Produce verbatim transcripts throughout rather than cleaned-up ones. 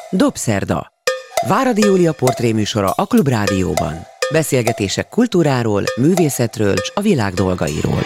Dobszerda. Váradi Júlia portréműsora a Klubrádióban. Beszélgetések kultúráról, művészetről és a világ dolgairól.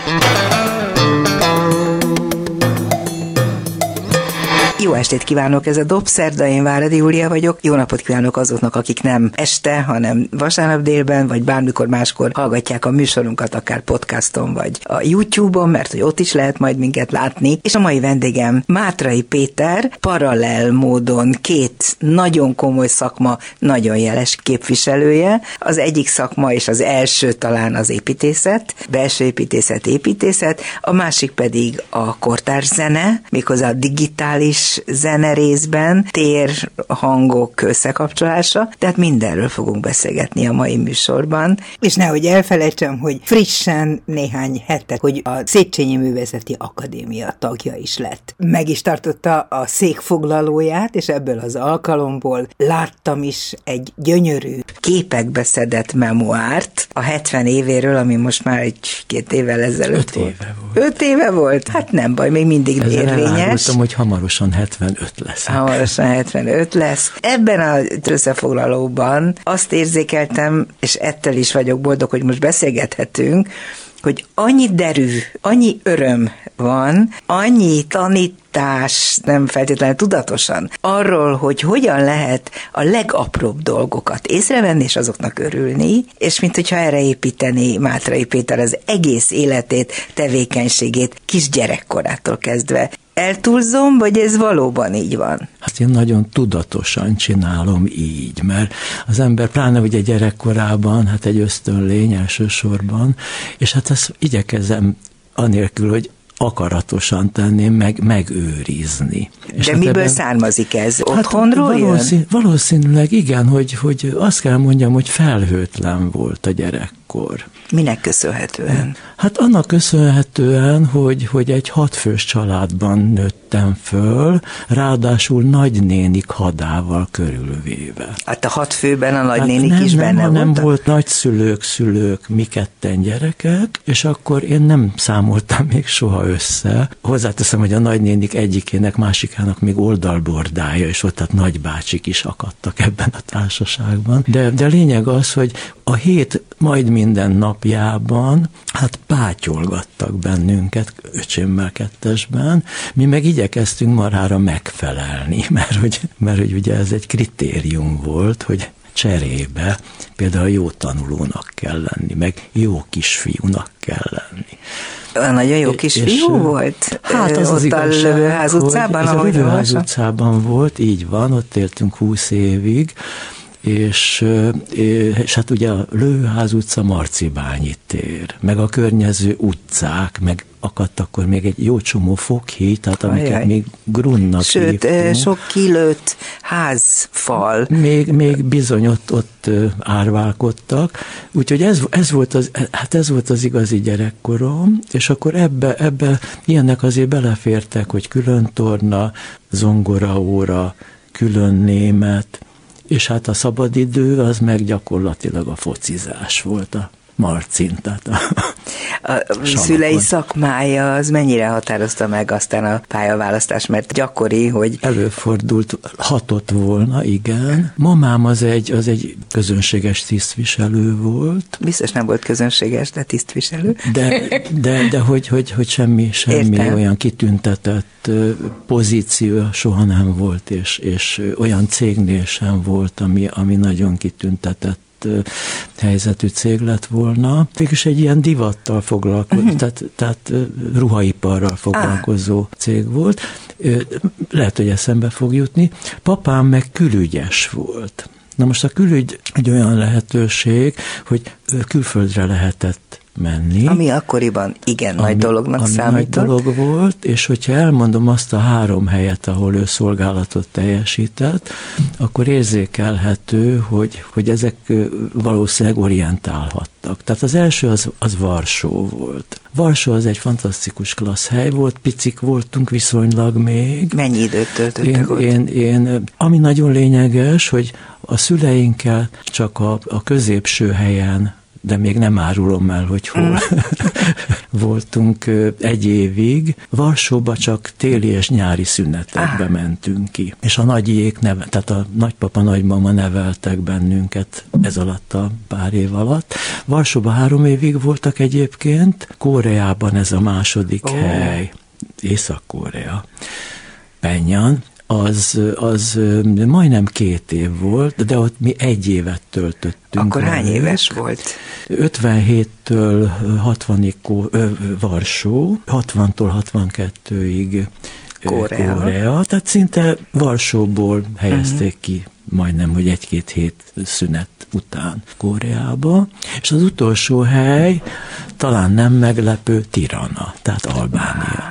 Jó estét kívánok, ez a Dobszerda, én Váradi Júlia vagyok. Jó napot kívánok azoknak, akik nem este, hanem vasárnap délben, vagy bármikor máskor hallgatják a műsorunkat, akár podcaston, vagy a YouTube-on, mert hogy ott is lehet majd minket látni. És a mai vendégem Mátrai Péter, paralel módon két nagyon komoly szakma, nagyon jeles képviselője. Az egyik szakma és az első talán az építészet, belső építészet, építészet, a másik pedig a kortárs zene, méghozzá a digitális zene részben, tér, hangok összekapcsolása, tehát mindenről fogunk beszélgetni a mai műsorban. És nehogy elfelejtsem, hogy frissen néhány hete, hogy a Széchenyi Művészeti Akadémia tagja is lett. Meg is tartotta a székfoglalóját, és ebből az alkalomból láttam is egy gyönyörű képekbe szedett memoárt a hetven évéről, ami most már egy-két évvel ezelőtt Öt volt. éve volt. Öt éve volt? Hát nem baj, még mindig Ezzel érvényes. elárultam, hogy hamarosan hetvenöt lesz. Hamarosan hetvenöt lesz. Ebben az összefoglalóban azt érzékeltem, és ettől is vagyok boldog, hogy most beszélgethetünk, hogy annyi derű, annyi öröm van, annyi tanítás, nem feltétlenül tudatosan, arról, hogy hogyan lehet a legapróbb dolgokat észrevenni, és azoknak örülni, és mint hogyha erre építeni Mátrai Péter az egész életét, tevékenységét kisgyerekkorától kezdve. Eltúlzom, vagy ez valóban így van? Hát én nagyon tudatosan csinálom így, mert az ember pláne ugye gyerekkorában, hát egy ösztönlény elsősorban, és hát ezt igyekezem anélkül, hogy akaratosan tenném, meg megőrizni. És de hát miből ebben származik ez? Otthonról hát valószín, jön? Valószínűleg igen, hogy, hogy azt kell mondjam, hogy felhőtlen volt a gyerekkor. Minek köszönhetően? Hát annak köszönhetően, hogy, hogy egy hatfős családban nőttem föl, ráadásul nagynénik hadával körülvéve. Hát a hat főben a nagynénik hát nem, is benne nem, voltak? Nem volt nagyszülők, szülők, mi ketten gyerekek, és akkor én nem számoltam még soha össze. Hozzáteszem, hogy a nagynénik egyikének, másikának még oldalbordája, és ott tehát nagybácsik is akadtak ebben a társaságban. De, de lényeg az, hogy a hét majd minden napjában hát pátyolgattak bennünket öcsémmel kettesben, mi meg igyekeztünk marhára megfelelni, mert hogy, mert hogy ugye ez egy kritérium volt, hogy cserébe például jó tanulónak kell lenni, meg jó kisfiúnak kell lenni. Nagyon jó kisfiú volt? Hát az ott az igazság, a Lövőház utcában? Ez a Lövőház utcában volt, így van, ott éltünk húsz évig, és, és hát ugye a Lőház utca, Marcibányi tér, meg a környező utcák, meg akadt akkor még egy jó csomó foghíj, tehát amiket Ajaj. még grunnak Sőt, hívtunk. sok kilőtt házfal. Még, még bizony ott, ott árválkodtak, úgyhogy ez, ez, volt az, hát ez volt az igazi gyerekkorom, és akkor ebbe, ebbe ilyenek azért belefértek, hogy külön torna, zongoraóra, külön német, és hát a szabadidő az meg gyakorlatilag a focizás volt a Marcin, tehát a, a szülei szakmája az mennyire határozta meg aztán a pályaválasztás, mert gyakori, hogy... Előfordult, hatott volna, igen. Mamám az egy, az egy közönséges tisztviselő volt. Biztos nem volt közönséges, de tisztviselő. De, de, de hogy, hogy, hogy semmi, semmi olyan kitüntetett pozíció soha nem volt, és, és olyan cégnél sem volt, ami, ami nagyon kitüntetett helyzetű cég lett volna. Mégis egy ilyen divattal foglalkozó, uh-huh. tehát, tehát ruhaiparral foglalkozó ah. cég volt. Lehet, hogy eszembe fog jutni. Papám meg külügyes volt. Na most a külügy egy olyan lehetőség, hogy külföldre lehetett menni. Ami akkoriban igen ami, nagy dolognak ami számított. Nagy dolog volt, és hogyha elmondom azt a három helyet, ahol ő szolgálatot teljesített, akkor érzékelhető, hogy, hogy ezek valószínűleg orientálhattak. Tehát az első az, az Varsó volt. Varsó az egy fantasztikus klassz hely volt, picik voltunk viszonylag még. Mennyi időt töltöttek én, ott? Én, én, ami nagyon lényeges, hogy a szüleinkkel csak a, a középső helyen de még nem árulom el, hogy hol. Mm. Voltunk egy évig. Varsóba csak téli és nyári szünetekbe ah. mentünk ki. És a nagyiék, neve, tehát a nagypapa, nagymama neveltek bennünket ez alatt a pár év alatt. Varsóba három évig voltak egyébként, Koreában ez a második oh. hely, Észak-Korea, Penyan, az, az majdnem két év volt, de ott mi egy évet töltöttünk. Akkor hány velük. Éves volt? ötvenhéttől hatvanig Varsó, hatvantól hatvankettőig Korea. Korea, tehát szinte Varsóból helyezték uh-huh. ki majdnem, hogy egy-két hét szünet után Koreába, és az utolsó hely, talán nem meglepő, Tirana, tehát Albánia.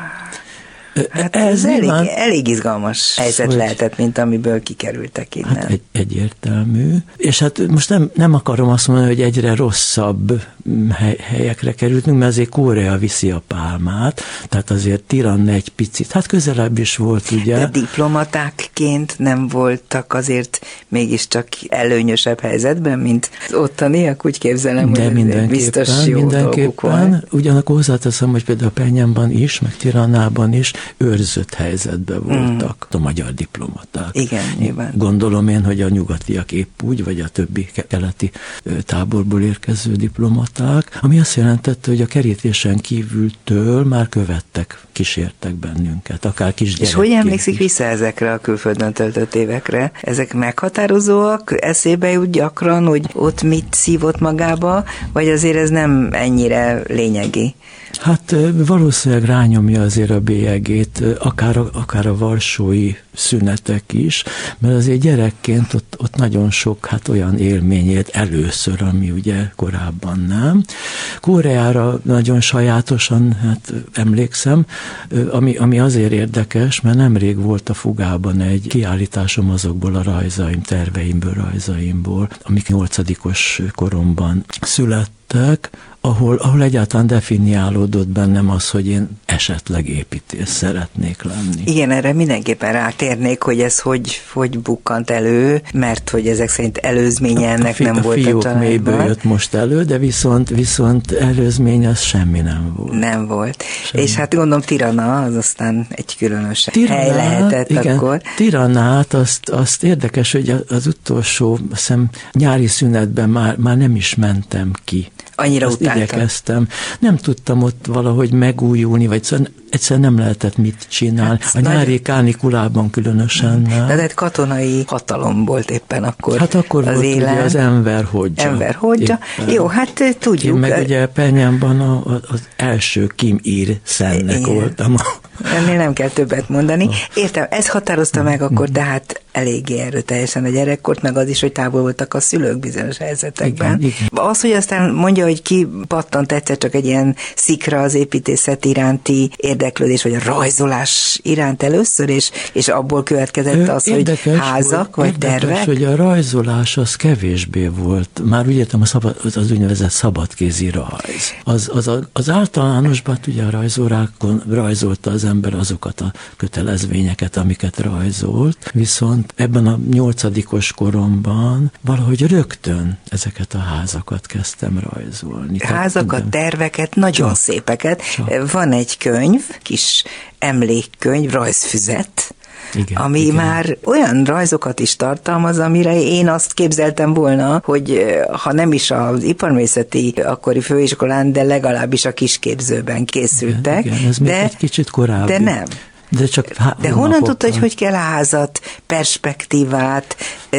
Hát ez, ez elég, nyilván, elég izgalmas helyzet hogy, lehetett, mint amiből kikerültek innen. Hát egy, egyértelmű. És hát most nem, nem akarom azt mondani, hogy egyre rosszabb hely, helyekre kerültünk, mert azért Korea viszi a pálmát, tehát azért Tirana egy picit, hát közelebb is volt, ugye. De diplomatákként nem voltak azért mégiscsak előnyösebb helyzetben, mint az ottaniak, úgy képzelem, de hogy biztos jó dolguk van. Ugyanakkor hozzáteszem, hogy például a Penyanban is, meg Tiranában is őrzött helyzetben voltak mm. a magyar diplomaták. Igen, nyilván. Gondolom én, hogy a nyugatiak épp úgy, vagy a többi keleti táborból érkező diplomaták, ami azt jelentette, hogy a kerítésen kívültől már követtek, kísértek bennünket, akár kisgyerekként. És hogy emlékszik vissza ezekre a külföldön töltött évekre? Ezek meghatározóak? Eszébe jut gyakran, hogy ott mit szívott magába, vagy azért ez nem ennyire lényegi? Hát valószínűleg rányomja azért a bélyegét, akár a, akár a varsói szünetek is, mert azért gyerekként ott, ott nagyon sok hát olyan élmény élt először, ami ugye korábban nem. Koreára nagyon sajátosan hát emlékszem, ami, ami azért érdekes, mert nemrég volt a Fugában egy kiállításom azokból a rajzaim, terveimből, rajzaimból, amik nyolcadikos koromban születtek, ahol, ahol egyáltalán definiálódott bennem az, hogy én esetleg építész szeretnék lenni. Igen, erre mindenképpen rátérnék, hogy ez hogy, hogy bukkant elő, mert hogy ezek szerint előzménye ennek a fi, nem a volt a fiók mélyből jött most elő, de viszont, viszont előzmény az semmi nem volt. Nem volt. Semmi. És hát gondolom Tirana az aztán egy különös Tiranát, hely lehetett igen, akkor. Tiranát, azt, azt érdekes, hogy az utolsó, azt hiszem, nyári szünetben már, már nem is mentem ki. Annyira azt igyekeztem. Nem tudtam ott valahogy megújulni, vagy egyszerűen nem lehetett mit csinálni. Hát, a nyári kánikulában különösen nem. De egy katonai hatalom volt éppen akkor. Hát akkor az volt élen. Ugye az Enver Hodzsa. Enver Hodzsa. Jó, hát tudjuk. Én meg ugye Penyánban a, a, az első Kim Il-sengnek voltam. Ennél nem kell többet mondani. Értem, ez határozta meg akkor, tehát eléggé erőteljesen a gyerekkort, meg az is, hogy távol voltak a szülők bizonyos helyzetekben. Igen, igen. Az, hogy aztán mondja, hogy ki pattant egyszer csak egy ilyen szikra az építészet iránti érdeklődés, vagy a rajzolás iránt először, és, és abból következett az, érdekes, hogy házak, vagy érdekes, tervek? Hogy a rajzolás az kevésbé volt. Már úgy értem, a szabad, az úgynevezett szabadkézi rajz. Az, az, az általánosban ugye a rajzórákon rajzolta az ember azokat a kötelezvényeket, amiket rajzolt, viszont ebben a nyolcadikos koromban valahogy rögtön ezeket a házakat kezdtem rajzolni. Házakat, Tehát, terveket, nagyon csak, szépeket. Csak. Van egy könyv, kis emlékkönyv, rajzfüzet, igen, ami igen. már olyan rajzokat is tartalmaz, amire én azt képzeltem volna, hogy ha nem is az iparművészeti akkori főiskolán, de legalábbis a kisképzőben készültek. Igen, igen, ez de, még egy kicsit korábbi. De nem. De, csak há- de honnan tudta, hogy hogy kell a házat, perspektívát,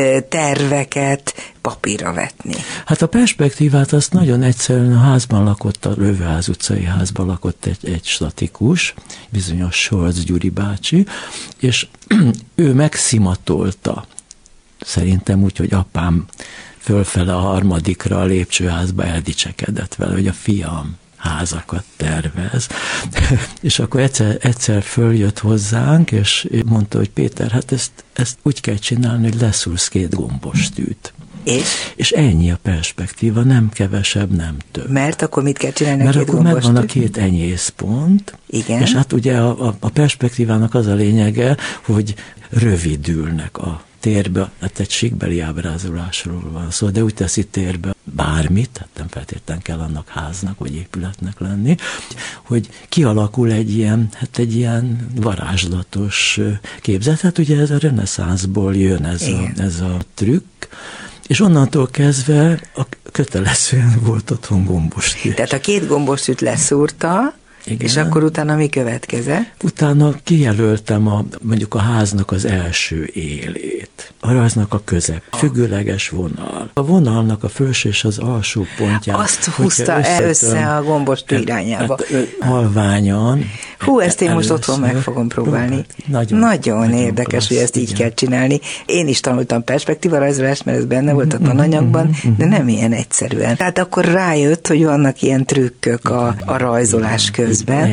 terveket papírra vetni? Hát a perspektívát azt nagyon egyszerűen a házban lakott, a Lőveház utcai házban lakott egy, egy statikus, bizonyos Scholz Gyuri bácsi, és ő megszimatolta, szerintem úgy, hogy apám fölfele a harmadikra a lépcsőházba eldicsekedett vele, hogy a fiam házakat tervez. És akkor egyszer, egyszer följött hozzánk, és mondta, hogy Péter, hát ezt, ezt úgy kell csinálni, hogy leszúrsz két gombostűt. És? És ennyi a perspektíva, nem kevesebb, nem több. Mert akkor mit kell csinálni a Mert két akkor gombostű? megvan a két enyészpont, Igen. És hát ugye a, a, a perspektívának az a lényege, hogy rövidülnek a térbe, hát egy síkbeli ábrázolásról van szó, de úgy teszi térbe bármit, tehát nem feltétlenül kell annak háznak vagy épületnek lenni, hogy kialakul egy ilyen, hát egy ilyen varázslatos képzet. Hát ugye ez a reneszánszból jön ez a, ez a trükk, és onnantól kezdve a kötelezően volt otthon gombostű. Tehát a két gombostűt leszúrta, igen. És akkor utána mi következett? Utána kijelöltem a, mondjuk a háznak az első élét, a rajznak a közep, függőleges vonal. A vonalnak a felső és az alsó pontján. Azt húzta el össze a gombostű irányába. Hát, halványan. Hú, ezt én most otthon meg fogom próbálni. Nagyon, nagyon, nagyon érdekes, klassz, hogy ezt így igen. kell csinálni. Én is tanultam perspektívarajzolást, mert ez benne volt a tananyagban, de nem ilyen egyszerűen. Tehát akkor rájött, hogy vannak ilyen trükkök a, a rajzolás közben.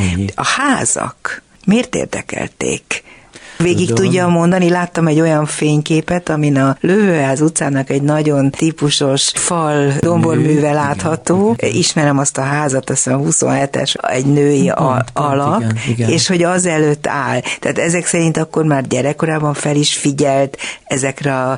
A házak miért érdekelték? Végig Tudom. tudja mondani, láttam egy olyan fényképet, amin a Lővőház utcának egy nagyon típusos fal domborműve látható. Igen. Ismerem azt a házat, azt a huszonhetes, egy női a, alak, igen, igen. és hogy az előtt áll. Tehát ezek szerint akkor már gyerekkorában fel is figyelt ezekre a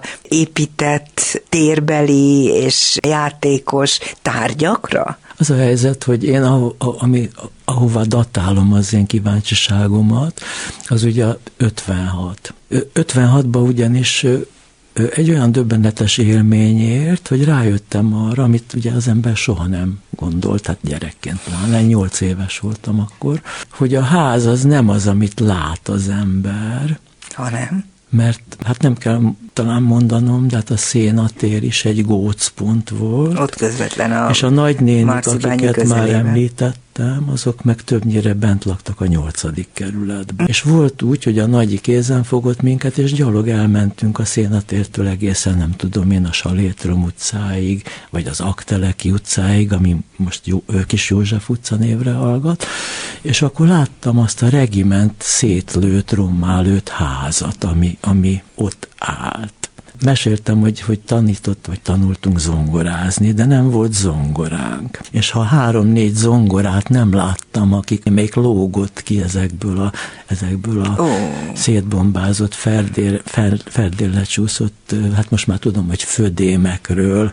épített térbeli és játékos tárgyakra? Az a helyzet, hogy én aho, ami, ahova datálom az én kíváncsiságomat, az ugye ötvenhat. ötvenhatban ugyanis egy olyan döbbenetes élményért, hogy rájöttem arra, amit ugye az ember soha nem gondolt, tehát gyerekként, pláne nyolc éves voltam akkor, hogy a ház az nem az, amit lát az ember, hanem mert hát nem kell talán mondanom, de hát a Szénatér is egy gócpont volt. Ott közvetlen a És a nagynénik, akiket közelében. már említettem, azok meg többnyire bent laktak a nyolcadik kerületben. És volt úgy, hogy a nagyi kézen fogott minket, és gyalog elmentünk a Szénatértől egészen, nem tudom én, a Salétrom utcáig, vagy az Akteleki utcáig, ami most jó, Kis József utca névre hallgat, és akkor láttam azt a regiment szétlőtt, rommálőtt házat, ami, ami ott állt. Meséltem, hogy, hogy tanított, vagy tanultunk zongorázni, de nem volt zongoránk. És ha három-négy zongorát nem láttam, akik még lógott ki ezekből a, ezekből a oh. szétbombázott, ferdél, fer, ferdél lecsúszott, hát most már tudom, hogy födémekről,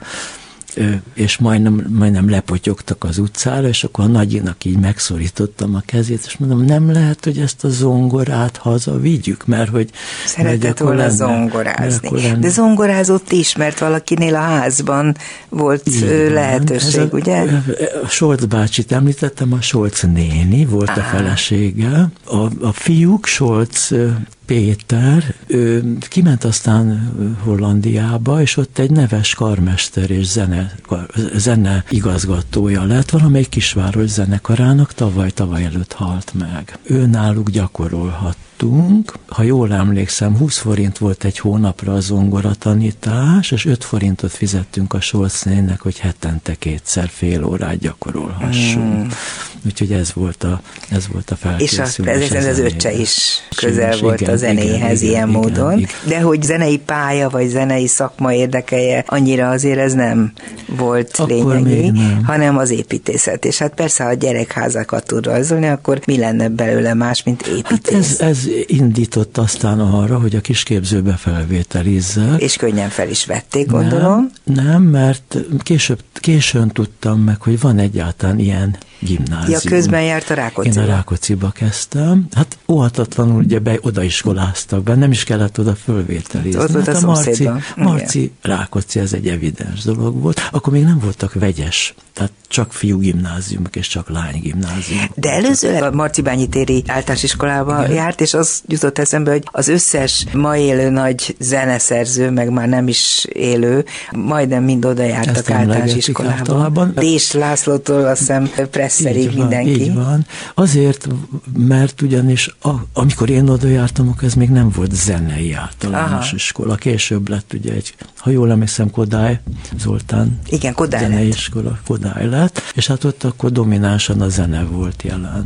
és majdnem, majdnem lepotyogtak az utcára, és akkor a nagyinak így megszorítottam a kezét, és mondom, nem lehet, hogy ezt a zongorát haza vigyük, mert hogy... Szeretett volna zongorázni. De zongorázott is, mert valakinél a házban volt igen, lehetőség, a, ugye? A Solc bácsit említettem, a Solc néni volt ah. a felesége. A, a fiúk, Solc Péter, ő kiment aztán Hollandiába, és ott egy neves karmester és zene, zene igazgatója lett, valamelyik kisváros zenekarának, tavaly, tavaly előtt halt meg. Ő náluk gyakorolhattunk. Ha jól emlékszem, húsz forint volt egy hónapra a zongoratanítás, és öt forintot fizettünk a Solcnének, hogy hetente kétszer fél órát gyakorolhassunk. Mm. Úgyhogy ez volt a, ez volt a felkészülés. És az, az öccse is közel is, volt igen, a zenéhez igen, ilyen igen, módon. Igen. De hogy zenei pálya, vagy zenei szakma érdekelje, annyira azért ez nem volt akkor lényegi, nem. hanem az építészet. És hát persze, ha a gyerekházakat tud rajzolni, akkor mi lenne belőle más, mint építész? Hát ez, ez indított aztán arra, hogy a kisképzőbe felvételizzek. És könnyen fel is vették, gondolom. Nem, nem mert később, későn tudtam meg, hogy van egyáltalán ilyen gimnázium. Ja, közben járt a Rákócziba. Én a Rákócziba kezdtem. Hát óhatatlanul ugye be, odaiskoláztak be, nem is kellett oda fölvételizni. Ott volt hát a, a Marci, Marci Rákóczi, ez egy evidens dolog volt. Akkor még nem voltak vegyes, tehát csak fiú gimnáziumok és csak lány gimnáziumok. De előzőleg a Marcibányi téri általános iskolába igen. járt, és az jutott eszembe, hogy az összes ma élő nagy zeneszerző, meg már nem is élő, majdnem mind oda jártak általános iskolába. Dés Lászlótól azt hiszem Presszerig mindenki. Így van. Azért, mert ugyanis a, amikor én oda jártam, akkor ez még nem volt zenei általános Aha. iskola. Később lett ugye egy, ha jól emlékszem, Kodály Zoltán. Igen, Kodály zenei lett. iskola, Kodály lett, és hát ott akkor dominánsan a zene volt jelen.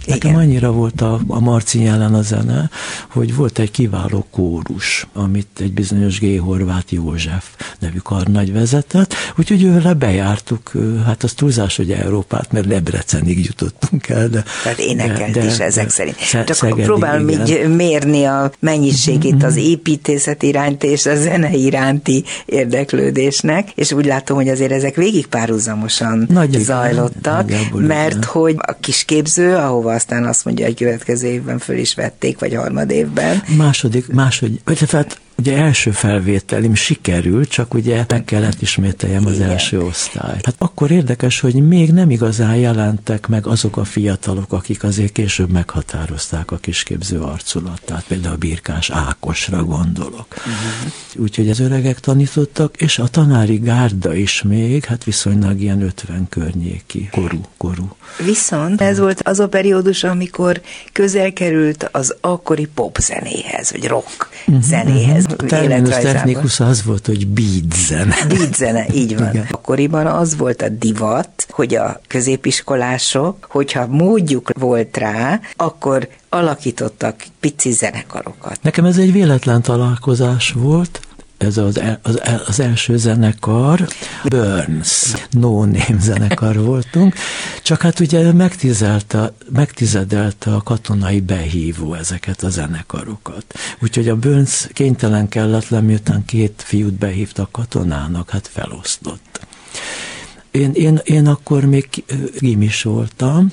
Nekem Igen. annyira volt a, a Marci nyelven a zene, hogy volt egy kiváló kórus, amit egy bizonyos G. Horváth József nevű karnagy vezetett, úgyhogy ővele bejártuk, hát az túlzás, hogy Európát, mert Debrecenig jutottunk el. De, Tehát énekelt de, de, is ezek de, szerint. Csak Szegedi, próbálom igen. így mérni a mennyiségét az építészet iránti és a zene iránti érdeklődésnek, és úgy látom, hogy azért ezek végig párhuzamosan Nagy zajlottak, igen, mert igen. hogy a kisképző, ahova aztán azt mondja, hogy következő évben föl is vették, vagy harmad évben. Második, második, tehát ugye első felvételim sikerült, csak ugye meg kellett ismételjem az Igen. első osztályt. Hát akkor érdekes, hogy még nem igazán jelentek meg azok a fiatalok, akik azért később meghatározták a kisképző arculatát, például a Birkás Ákosra gondolok. Uh-huh. Úgyhogy az öregek tanítottak, és a tanári gárda is még, hát viszonylag ilyen ötven környéki korú, korú. Viszont ez volt az a periódus, amikor közel került az akkori pop zenéhez, vagy rock uh-huh. zenéhez. A terminus technikus az volt, hogy beat zene. Beat zene, így van. Igen. Akkoriban az volt a divat, hogy a középiskolások, hogyha módjuk volt rá, akkor alakítottak pici zenekarokat. Nekem ez egy véletlen találkozás volt. Ez az, az, az első zenekar, Burns, No Name zenekar voltunk, csak hát ugye megtizedelte, megtizedelte a katonai behívó ezeket a zenekarokat. Úgyhogy a Burns kénytelen kelletlen, miután két fiút behívtak katonának, hát felosztott. Én, én, én akkor még gimis voltam,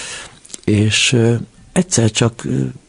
és egyszer csak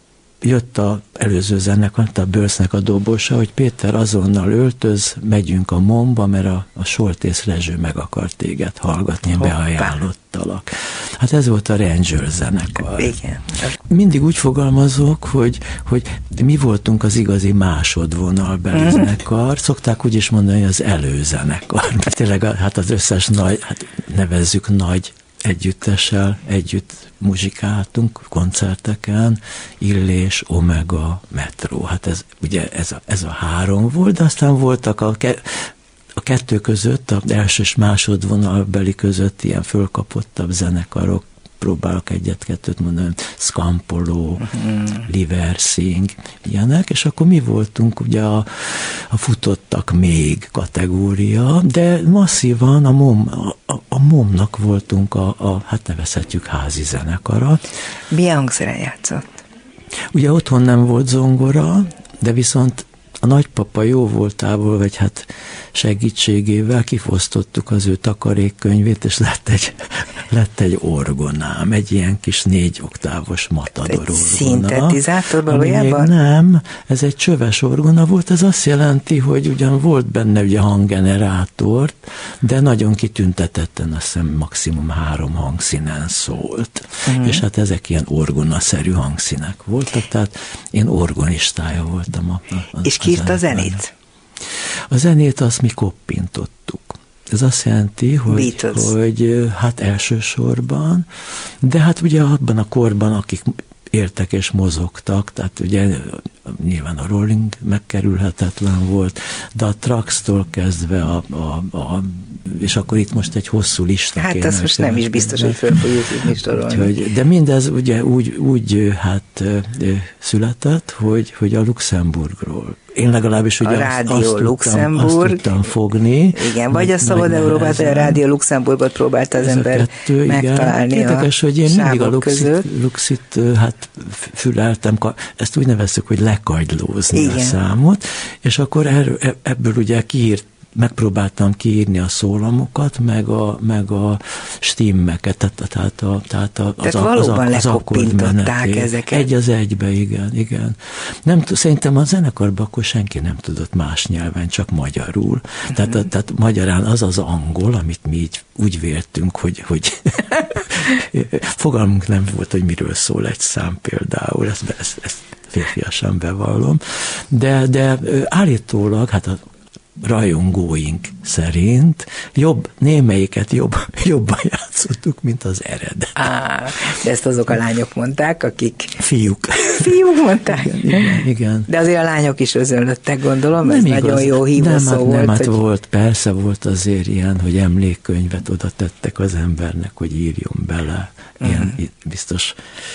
jött az előző zenekar, a Burnsnek a dobosa, hogy Péter, azonnal öltöz, megyünk a Momba, mert a, a Soltész Rezső meg akar téged hallgatni, Hoppá. beajánlottalak. Hát ez volt a Ranger zenekar. Igen. Mindig úgy fogalmazok, hogy, hogy mi voltunk az igazi másodvonalbeli mm. zenekar, szokták úgy is mondani, hogy az előzenekar. Mert tényleg hát az összes nagy, hát nevezzük nagy együttessel együtt muzsikáltunk koncerteken, Illés, Omega, Metro. Hát ez ugye ez a, ez a három volt, de aztán voltak a, ke, a kettő között, az első és másodvonalbeli között ilyen fölkapottabb zenekarok, próbálok egyet-kettőt mondani, Scampolo, mm. Liversing, ilyenek, és akkor mi voltunk ugye a, a futottak még kategória, de masszívan a mom, a, a momnak voltunk a, a, hát nevezhetjük házi zenekara. Milyen hangszeren játszott? Ugye otthon nem volt zongora, de viszont a nagypapa jó voltából, vagy hát segítségével kifosztottuk az ő takarékkönyvét, és lett egy, lett egy orgonám, egy ilyen kis négy oktávos matador orgona. Szintetizátor valójában? Nem, ez egy csöves orgona volt, ez azt jelenti, hogy ugyan volt benne ugye hanggenerátort, de nagyon kitüntetetten, azt hiszem maximum három hangszínen szólt. Uh-huh. És hát ezek ilyen orgonaszerű hangszínek voltak, tehát én orgonistája voltam a, a, És ki írta a zenét? A zenét azt mi koppintottuk. Ez azt jelenti, hogy, hogy hát elsősorban, de hát ugye abban a korban, akik éltek és mozogtak, tehát ugye nyilván a Rolling megkerülhetetlen volt, de a Trax-tól kezdve a, a, a és akkor itt most egy hosszú lista hát kéne. Hát ez most nem is biztos, hogy föl fogjuk tudni sorolni. De mindez ugye úgy, úgy hát született, hogy, hogy a Luxemburgról. Én legalábbis ugye a azt, Rádió azt, Luxemburg, tudtam, azt tudtam fogni. Igen, vagy a Szabad Európát, vagy a Rádió Luxemburgot próbálta az ember kettő, megtalálni. Érdekes, hogy én mindig a Luxit, Luxit hát füleltem, ezt úgy nevezzük, hogy lekagylózni igen. a számot, és akkor erről, ebből ugye kiírt megpróbáltam kiírni a szólamokat, meg a, meg a stimmeket, tehát, tehát, a, tehát, a, az, tehát az, valóban az lekoppintották ezeket. Egy az egybe, igen, igen. Nem, szerintem a zenekarban akkor senki nem tudott más nyelven, csak magyarul. Uh-huh. Tehát, tehát magyarán az az angol, amit mi így úgy véltünk, hogy, hogy fogalmunk nem volt, hogy miről szól egy szám például, ezt, ezt, ezt férfiasan bevallom. De, de állítólag, hát a rajongóink szerint jobb, némelyiket jobb, jobban játsz játszottuk, mint az eredet. Á, de ezt azok a lányok mondták, akik... Fiúk. Fiúk mondták? Igen, igen, igen. De azért a lányok is özönlöttek, gondolom, nem ez igaz. Nagyon jó hívószó nem, volt. Nem, hát hogy... volt, persze volt azért ilyen, hogy emlékkönyvet oda tettek az embernek, hogy írjon bele. Ilyen, uh-huh. Biztos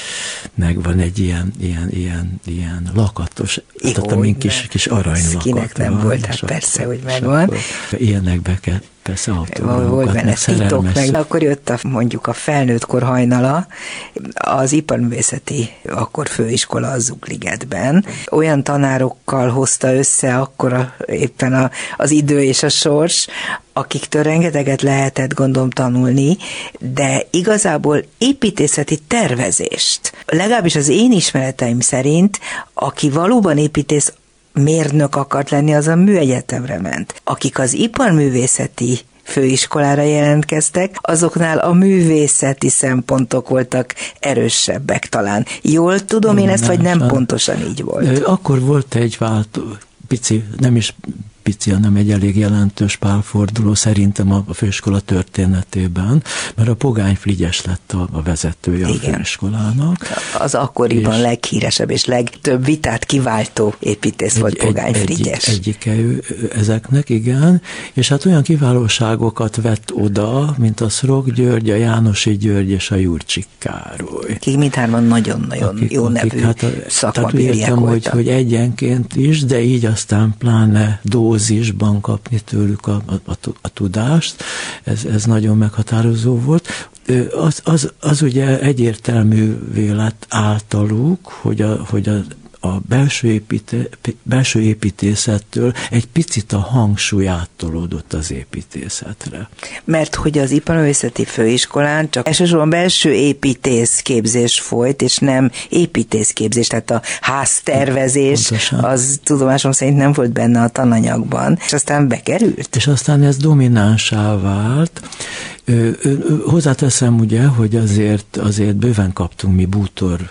megvan egy ilyen, ilyen, ilyen, ilyen lakatos, Jó, tehát a mi kis, kis aranylakatot. Kinek nem volt, hát persze, hogy megvan. Ilyenekbe kell persze autóval. Volt benne titok, meg akkor jött a, mondjuk a felnőttkor hajnala, az iparművészeti akkor főiskola a Zugligetben. Olyan tanárokkal hozta össze akkor a, éppen a, az idő és a sors, akiktől rengeteget lehetett gondolom tanulni, de igazából építészeti tervezést, legalábbis az én ismereteim szerint, aki valóban építész mérnök akart lenni, az a műegyetemre ment. Akik az iparművészeti főiskolára jelentkeztek, azoknál a művészeti szempontok voltak erősebbek talán. Jól tudom én ezt, vagy nem pontosan így volt? Akkor volt egy váltó, pici, nem is pici, hanem egy elég jelentős pálforduló szerintem a főiskola történetében, mert a Pogány Frigyes lett a, a vezetője. Igen. A főiskolának. Az akkoriban és leghíresebb és legtöbb vitát kiváltó építész egy, volt Pogány egy, Frigyes. Egy, egyike ő ezeknek, igen, és hát olyan kiválóságokat vett oda, mint a Szrok György, a Jánosi György és a Jurcsik Károly. Akik mindhárman nagyon-nagyon akik, jó nevű hát szakmabériek voltak. Hogy, hogy egyenként is, de így aztán pláne dózisban kapni tőlük a, a, a, a tudást, ez, ez nagyon meghatározó volt. Az, az, az ugye egyértelművé lett általuk, hogy a, hogy a a belső, építé, belső építészettől egy picit a hangsúly áttolódott az építészetre. Mert hogy az iparművészeti főiskolán csak elsősorban belső építész képzés folyt, és nem építészképzés, tehát a háztervezés, pontosan. Az tudomásom szerint nem volt benne a tananyagban, és aztán bekerült. És aztán ez dominánsá vált. Ö, ö, hozzáteszem ugye, hogy azért, azért bőven kaptunk mi bútor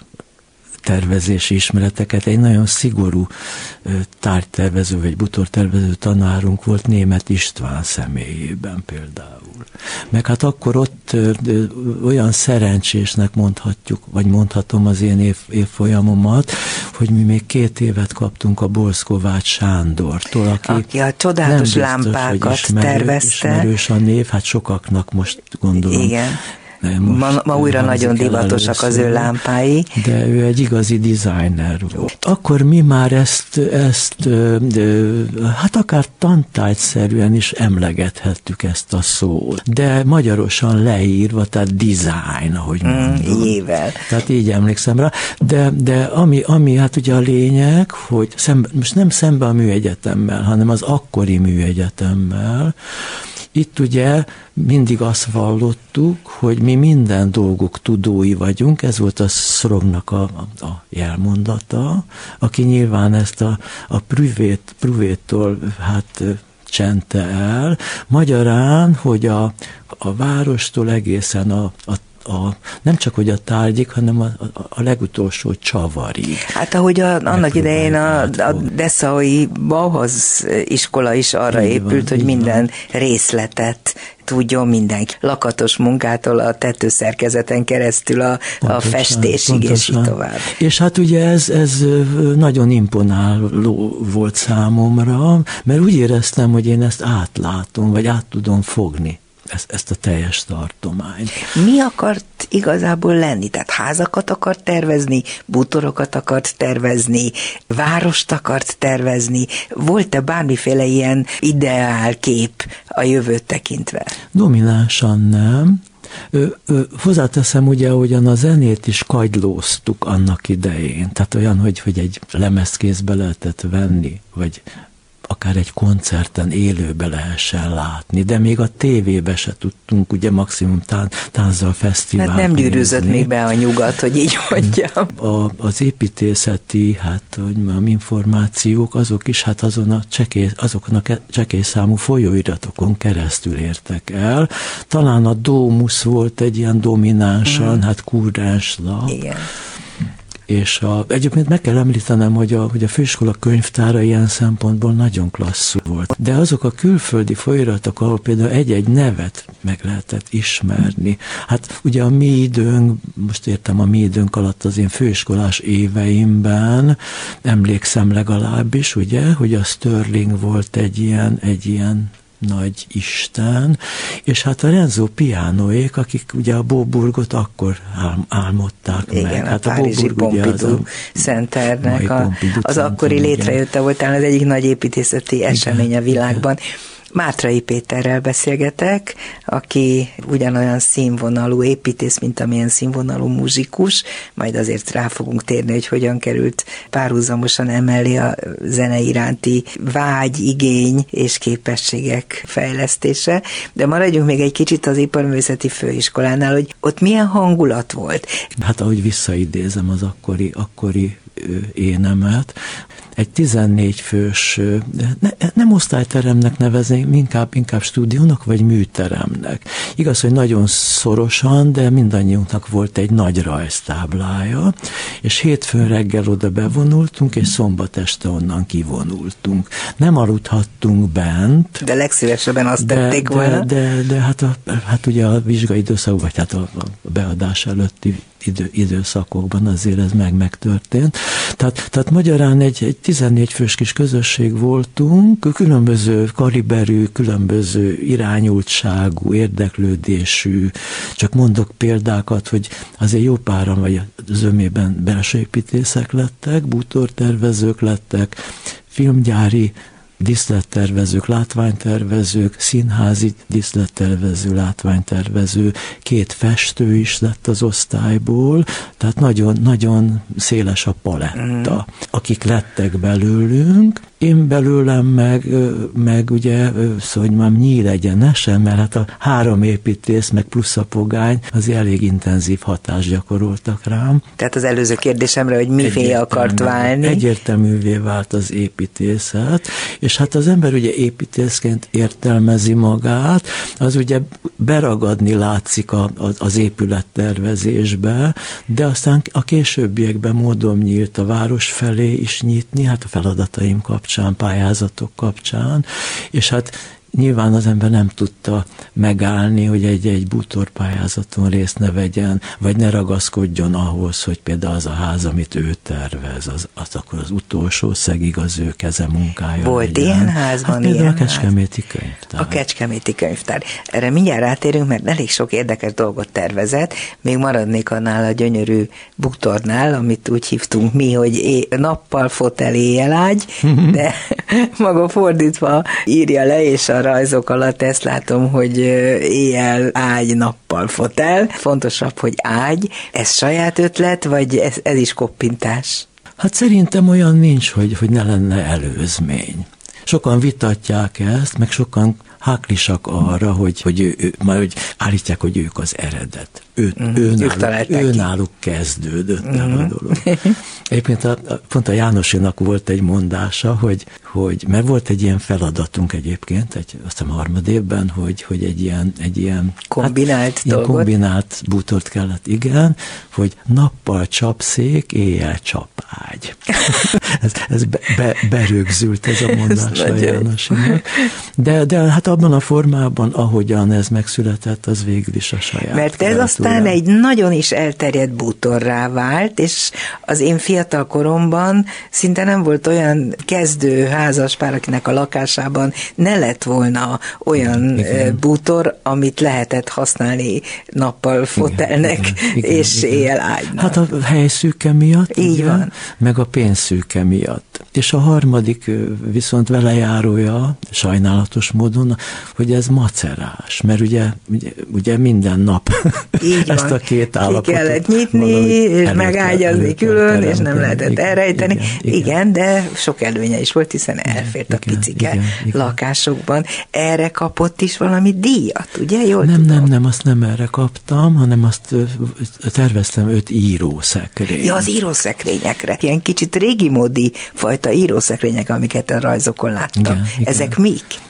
tervezési ismereteket. Egy nagyon szigorú tárgytervező vagy bútortervező tanárunk volt Németh István személyében például. Meg hát akkor ott olyan szerencsésnek mondhatjuk, vagy mondhatom az én év, évfolyamomat, hogy mi még két évet kaptunk a Bolszkovács Sándortól, aki, aki a csodálatos biztos, lámpákat ismerő, tervezte. Ismerős a név, hát sokaknak most gondolom. Igen. Ma, ma újra nagyon divatosak az ő lámpái. De ő egy igazi designer volt. Akkor mi már ezt, ezt hát akár tantárgyszerűen is emlegethettük ezt a szót. De magyarosan leírva, tehát design, ahogy mondom. Mm, jével. Tehát így emlékszem rá. De, de ami, ami hát ugye a lényeg, hogy szembe, most nem szembe a műegyetemmel, hanem az akkori műegyetemmel, itt ugye mindig azt vallottuk, hogy mi minden dolgok tudói vagyunk, ez volt a Szrognak a, a jelmondata, aki nyilván ezt a, a prüvét, prüvéttől hát csente el, magyarán, hogy a, a várostól egészen a, a A, nem csak, hogy a tárgyig, hanem a, a, a legutolsó csavarig. Hát ahogy a, annak idején a, a Dessai Bauhaus iskola is arra így épült, van, hogy minden van. Részletet tudjon mindenki. Lakatos munkától a tetőszerkezeten keresztül a, pontosan, a festésig, pontosan. És így tovább. És hát ugye ez, ez nagyon imponáló volt számomra, mert úgy éreztem, hogy én ezt átlátom, vagy át tudom fogni. Ezt, ezt a teljes tartományt. Mi akart igazából lenni? Tehát házakat akart tervezni, bútorokat akart tervezni, várost akart tervezni? Volt-e bármiféle ilyen ideálkép a jövőt tekintve? Dominánsan nem. Ö, ö, hozzáteszem ugye, hogyan a zenét is kagylóztuk annak idején. Tehát olyan, hogy, hogy egy lemezkézbe lehetett venni, vagy akár egy koncerten élőbe lehessen látni, de még a tévébe se tudtunk, ugye maximum tán, tánzzal fesztivál. Hát nem gyűrűzött még be a nyugat, hogy így mondjam. A, az építészeti, hát hogy mondjam, információk, azok is hát azon a csekély, azokon a csekély számú folyóiratokon keresztül értek el. Talán a Dómusz volt egy ilyen dominánsan, mm. hát kúrens lap. Igen. És a, egyébként meg kell említenem, hogy a, hogy a főiskola könyvtára ilyen szempontból nagyon klasszul volt. De azok a külföldi folyóiratok, ahol például egy-egy nevet meg lehetett ismerni. Hát ugye a mi időnk, most értem a mi időnk alatt az én főiskolás éveimben, emlékszem legalábbis, ugye, hogy a Sterling volt egy ilyen, egy ilyen nagy isten, és hát a Renzo Pianoék, akik ugye a Boburgot akkor ál, álmodták igen, meg. Hát a Párizsi Pompidou Centernek a, az akkori létrejötte volt talán az egyik nagy építészeti esemény igen, a világban. Igen. Mátrai Péterrel beszélgetek, aki ugyanolyan színvonalú építész, mint amilyen színvonalú muzsikus, majd azért rá fogunk térni, hogy hogyan került párhuzamosan emellé a zene iránti vágy, igény és képességek fejlesztése. De maradjunk még egy kicsit az Iparművészeti Főiskolánál, hogy ott milyen hangulat volt? Hát ahogy visszaidézem az akkori, akkori énemet, egy tizennégy fős, ne, nem osztályteremnek nevezni, inkább, inkább stúdiónak vagy műteremnek. Igaz, hogy nagyon szorosan, de mindannyiunknak volt egy nagy rajztáblája, és hétfőn reggel oda bevonultunk, és szombat este onnan kivonultunk. Nem aludhattunk bent. De legszívesebben azt de, tették de, volna. De, de, de hát, a, hát ugye a vizsgai időszak, vagy hát a, a beadás előtti idő, időszakokban azért ez meg megtörtént. Tehát, tehát magyarán egy, egy tizennégy fős kis közösség voltunk, különböző kaliberű, különböző irányultságú, érdeklődésű, csak mondok példákat, hogy azért jó páran, vagy az ömében belső építészek lettek, bútortervezők lettek, filmgyári díszlettervezők, látványtervezők, színházi díszlettervező, látványtervező, két festő is lett az osztályból, tehát nagyon, nagyon széles a paletta. Mm. Akik lettek belőlünk, én belőlem meg, meg ugye, szóval hogy már nyíl egyenesen, mert hát a három építész, meg plusz a pogány, az elég intenzív hatást gyakoroltak rám. Tehát az előző kérdésemre, hogy mivé akart válni. Egyértelművé vált az építészet, és hát az ember ugye építészként értelmezi magát, az ugye beragadni látszik a, a, az épülettervezésbe, de aztán a későbbiekben módom nyílt a város felé is nyitni, hát a feladataim kapcsán, pályázatok kapcsán, és hát nyilván az ember nem tudta megállni, hogy egy-egy bútorpályázaton részt ne vegyen, vagy ne ragaszkodjon ahhoz, hogy például az a ház, amit ő tervez, az, az akkor az utolsó szegig az ő keze munkája volt legyen. Ilyen házban, hát például ilyen a Kecskeméti Könyvtár. A Kecskeméti Könyvtár. Erre mindjárt rátérünk, mert elég sok érdekes dolgot tervezett. Még maradnék annál a gyönyörű bútornál, amit úgy hívtunk mi, hogy é- nappal fotel, éjjelágy, de maga fordítva írja le, és a rajzok alatt ezt látom, hogy éjjel ágy, nappal fotel. Fontosabb, hogy ágy. Ez saját ötlet, vagy ez, ez is koppintás? Hát szerintem olyan nincs, hogy, hogy ne lenne előzmény. Sokan vitatják ezt, meg sokan háklisak arra, hogy, hogy, ő, ő, már, hogy állítják, hogy ők az eredet. Ő, mm, ő, náluk, ő náluk kezdődött mm. el a dolog. Egyébként a, pont a Jánosinak volt egy mondása, hogy, hogy mert volt egy ilyen feladatunk egyébként, egy, azt hiszem harmadévben, hogy, hogy egy ilyen, egy ilyen kombinált hát, dolgot. Ilyen kombinált bútort kellett, igen, hogy nappal csapszék, éjjel csapágy. ez ez be, be, berögzült ez a mondás a Jánosinak. De, de hát abban a formában, ahogyan ez megszületett, az végül is a saját. Mert ez aztán egy nagyon is elterjedt bútorrá vált, és az én fiatal koromban szinte nem volt olyan kezdő házaspár, akinek a lakásában ne lett volna olyan igen. bútor, amit lehetett használni nappal fotelnek, igen, igen, és igen. éjjel ágynak. Hát a helyszűke miatt, így ugye, van. meg a pénzszűke miatt. És a harmadik viszont velejárója, sajnálatos módon, hogy ez macerás, mert ugye, ugye, ugye minden nap így ezt van. A két állapotot ki kellett nyitni, és megágyazni külön, és nem lehetett igen, elrejteni. Igen, igen. igen, de sok előnye is volt, hiszen elfért igen, a picike igen, igen. lakásokban. Erre kapott is valami díjat, ugye? Jól nem, tudom? nem, nem, azt nem erre kaptam, hanem azt terveztem öt írószekrény. Ja, az írószekrényekre. Ilyen kicsit régi módi fajta írószekrények, amiket a rajzokon láttam. Igen, igen. Ezek mik?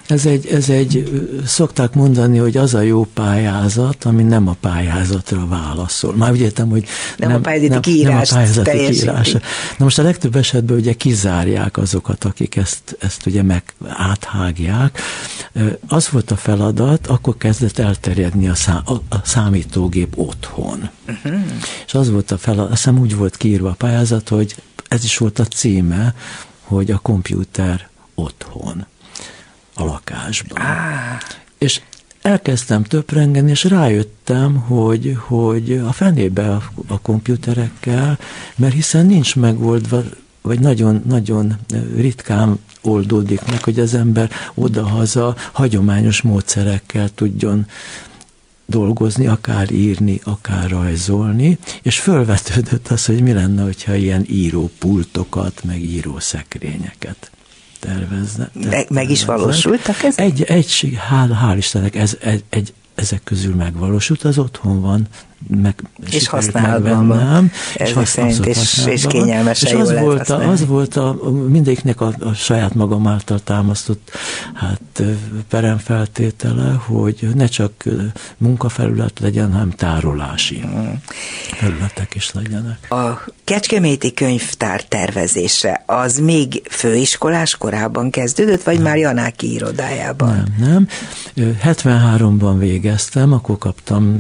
Ez egy, ez egy, szokták mondani, hogy az a jó pályázat, ami nem a pályázatra válaszol. Már úgy értem, hogy nem, nem a pályázati nem, kiírás nem a pályázati teljesíti. kiírása. Na most a legtöbb esetben ugye kizárják azokat, akik ezt, ezt ugye meg áthágják. Az volt a feladat, akkor kezdett elterjedni a, szám, a számítógép otthon. Uh-huh. És az volt a feladat, azt hiszem úgy volt kiírva a pályázat, hogy ez is volt a címe, hogy a kompjúter otthon, a lakásban. Ah. És elkezdtem töprengeni, és rájöttem, hogy, hogy a fenébe a, a komputerekkel, mert hiszen nincs megoldva, vagy nagyon, nagyon ritkán oldódik meg, hogy az ember odahaza hagyományos módszerekkel tudjon dolgozni, akár írni, akár rajzolni, és fölvetődött az, hogy mi lenne, hogyha ilyen írópultokat, meg írószekrényeket tervezne. Meg, meg is valósultak ez? Egy, egy hál, hál' Istennek, ez, egy, egy, ezek közül megvalósult, az otthon van, meg, és használatban van. És, szerint, és, és kényelmesen és jól az lehet volt, használni. a, az volt a, mindegyiknek a, a saját magam által támasztott hát, peremfeltétele, hogy ne csak munkafelület legyen, hanem tárolási hmm. felületek is legyenek. A Kecskeméti Könyvtár tervezése az még főiskolás korában kezdődött, vagy nem. már Janáki irodájában? Nem, nem. hetvenháromban végeztem, akkor kaptam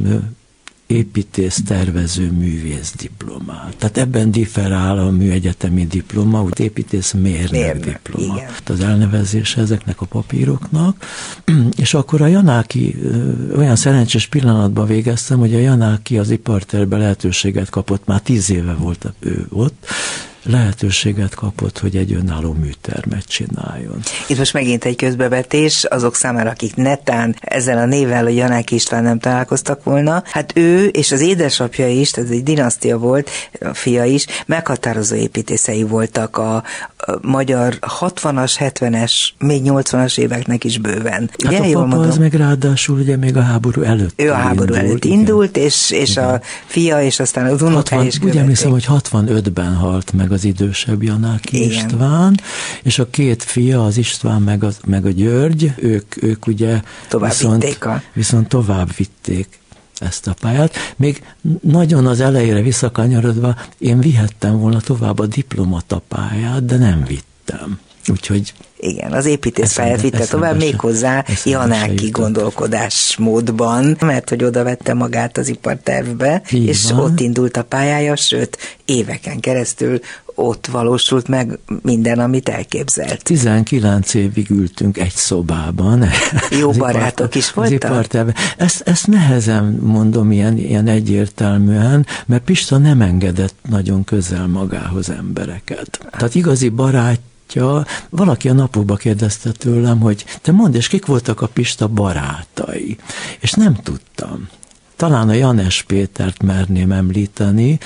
építész, tervező, művész diplomát. Tehát ebben differál a műegyetemi diploma, úgy építész, mérnök, mérnök diploma. Igen. Az elnevezése ezeknek a papíroknak. És akkor a Janáki, olyan szerencsés pillanatban végeztem, hogy a Janáki az ipartervben lehetőséget kapott, már tíz éve volt ő ott, lehetőséget kapott, hogy egy önálló műtermet csináljon. Itt most megint egy közbevetés azok számára, akik netán ezzel a névvel, a Janáki István nem találkoztak volna. Hát ő és az édesapja is, ez egy dinasztia volt, a fia is, meghatározó építészei voltak a, a magyar hatvanas, hetvenes, még nyolcvanas éveknek is bőven. Ugye, hát a papa az meg ráadásul ugye még a háború előtt Ő a háború indult, előtt indult, és, és a fia, és aztán az unokája is követték. Úgy emlékszem, hogy hatvanötben halt meg az idősebb Janáki Igen. István, és a két fia, az István meg a, meg a György, ők, ők ugye tovább viszont, vitték a... viszont tovább vitték ezt a pályát. Még nagyon az elejére visszakanyarodva, én vihettem volna tovább a diplomata pályát, de nem vittem. Úgyhogy igen, az építészpályát vitte tovább, méghozzá Janáki gondolkodásmódban, mert hogy oda vette magát az ipartervbe, így és van. Ott indult a pályája, sőt, éveken keresztül ott valósult meg minden, amit elképzelt. tizenkilenc évig ültünk egy szobában. Jó barátok is voltak? Ezt, ezt nehezen mondom ilyen, ilyen egyértelműen, mert Pista nem engedett nagyon közel magához embereket. Tehát igazi barát Ja, valaki a napokban kérdezte tőlem, hogy te mondd, és kik voltak a Pista barátai? És nem tudtam. Talán a Janes Pétert merném említeni,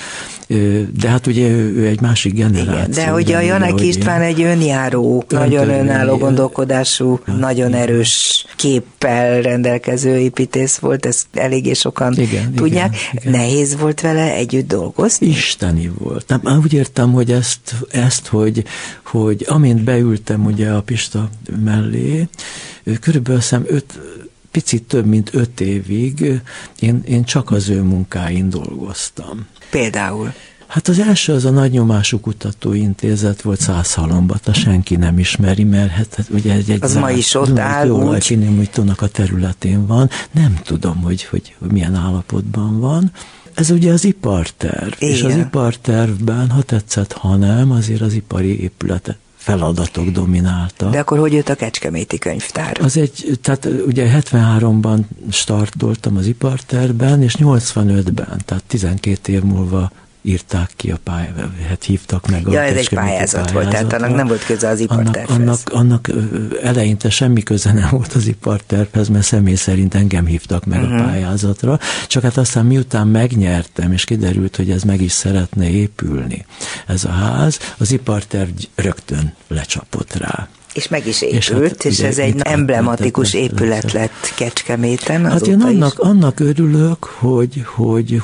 de hát ugye ő, ő egy másik generáció. Igen, de ugye a Janáki István egy önjáró, nagyon önálló gondolkodású, ja, nagyon igen. erős képpel rendelkező építész volt, ezt eléggé sokan igen, tudják. Igen, igen. Nehéz volt vele együtt dolgozni? Isteni volt. Nem, úgy értem, hogy ezt, ezt hogy, hogy amint beültem ugye a Pista mellé, körülbelül szem öt picit több mint öt évig én, én csak az ő munkáin dolgoztam. Például? Hát az első az a Nagynyomású Kutatóintézet volt Szászhalombatta, senki nem ismeri, mert hát ugye egy, egy az zárt, ma is ott áll úgy. Kinémújtónak a területén van, nem tudom, hogy, hogy, hogy milyen állapotban van. Ez ugye az iparterv, igen. És az ipartervben, ha tetszett, ha nem, azért az ipari épületet feladatok domináltak. De akkor hogy jött a Kecskeméti Könyvtár? Az egy, tehát ugye hetvenháromban startoltam az ipartervben, és nyolcvanötben, tehát tizenkét év múlva írták ki a pályát, hát hívtak meg a ja, ez egy pályázat volt, tehát annak nem volt köze az ipartervhez. Annak, annak, annak eleinte semmi köze nem volt az ipartervhez, mert személy szerint engem hívtak meg uh-huh. a pályázatra, csak hát aztán miután megnyertem, és kiderült, hogy ez meg is szeretne épülni, ez a ház, az iparterv rögtön lecsapott rá. És meg is épült, és, hát, és ez egy emblematikus épület lett Kecskeméten. Hát én annak, annak örülök, hogy, hogy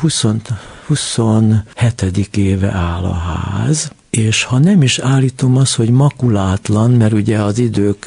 huszonhetedik éve áll a ház, és ha nem is állítom azt, hogy makulátlan, mert ugye az idők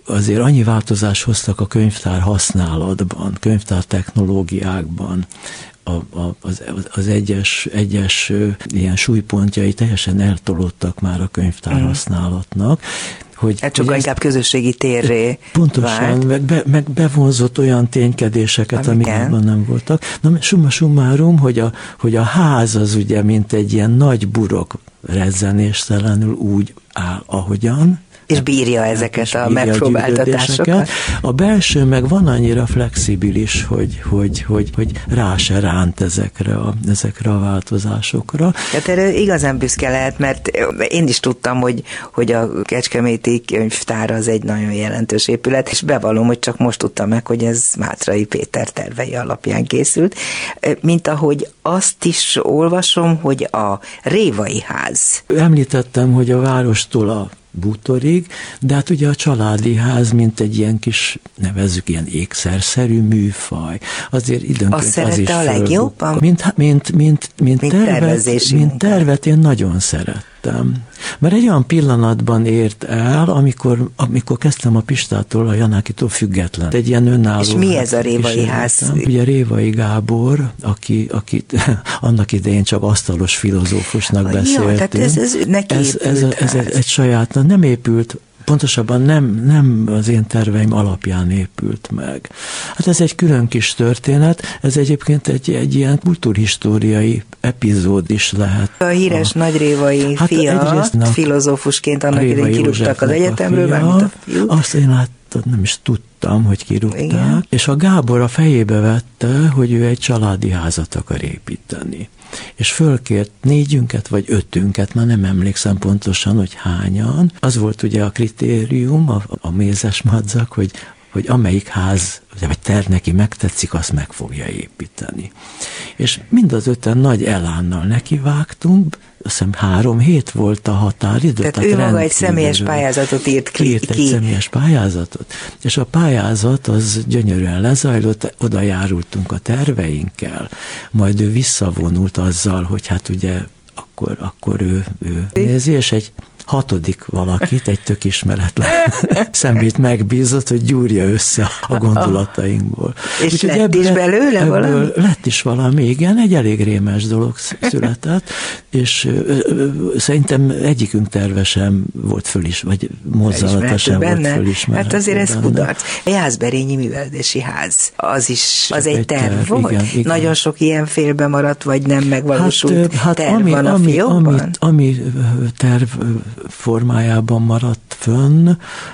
azért annyi változást hoztak a könyvtár használatban, könyvtár technológiákban, A, a, az, az egyes, egyes ilyen súlypontjai teljesen eltolódtak már a könyvtár használatnak. Hogy, hát sokkal inkább ezt, közösségi térré pontosan, meg, be, meg bevonzott olyan ténykedéseket, amik abban nem voltak. Na, summa summarum, hogy a, hogy a ház az ugye, mint egy ilyen nagy burok, rezzenéstelenül úgy áll, ahogyan, és bírja ezeket és a bírja megpróbáltatásokat. A belső meg van annyira flexibilis, hogy, hogy, hogy, hogy rá se ránt ezekre a, ezekre a változásokra. Hát erre igazán büszke lehet, mert én is tudtam, hogy, hogy a Kecskeméti Könyvtár az egy nagyon jelentős épület, és bevallom, hogy csak most tudtam meg, hogy ez Mátrai Péter tervei alapján készült. Mint ahogy azt is olvasom, hogy a Révai ház. Említettem, hogy a várostól a bútorig, de hát ugye a családi ház, mint egy ilyen kis, nevezzük ilyen ékszerszerű műfaj. Azért időnként azt az is a legjobban? Mint, mint, mint, mint, mint, tervet, mint tervet én nagyon szerettem. Mert egy olyan pillanatban ért el, amikor, amikor kezdtem a Pistától, a Janákitól független. Egy ilyen önálló. És mi ez a Révai ház? Ugye Révai Gábor, aki, akit annak idején csak asztalos filozófusnak ah, beszéltünk. Jó, tehát ez, ez neki ez, ez, ez, ez egy saját, nem épült, pontosabban nem, nem az én terveim alapján épült meg. Hát ez egy külön kis történet, ez egyébként egy, egy ilyen kultúrhistóriai epizód is lehet. A híres a, nagyrévai hát fia, filozófusként annak idején kirúgtak az egyetemről, mármint a fiú. Azt én láttam, nem is tudtam, hogy kirúgták. Igen. És a Gábor a fejébe vette, hogy ő egy családi házat akar építeni. És fölkért négyünket, vagy ötünket, már nem emlékszem pontosan, hogy hányan. Az volt ugye a kritérium, a, a mézes madzak, hogy, hogy amelyik ház, vagy terv neki megtetszik, azt meg fogja építeni. És mind az öten nagy elánnal nekivágtunk, azt hiszem három hét volt a határidő. Tehát, tehát ő maga egy személyes pályázatot írt ki. Írt egy személyes pályázatot, és a pályázat az gyönyörűen lezajlott, oda járultunk a terveinkkel, majd ő visszavonult azzal, hogy hát ugye akkor, akkor ő, ő nézi, és egy hatodik valakit, egy tök ismeretlen szemét megbízott, hogy gyúrja össze a gondolatainkból. És úgy, lett ebből, is belőle ebből valami? Lett is valami, igen, egy elég rémes dolog született, és ö, ö, szerintem egyikünk terve sem volt föl is, vagy mozzanata sem volt fölismerhető. Hát azért ez kudarc. A Jászberényi Művelődési Ház, az is, az egy, egy terv, terv volt? Igen, igen. Nagyon sok ilyen félbe maradt, vagy nem megvalósult hát, terv hát ami, van a ami, fiókban? Ami, ami terv formájában maradt fönn,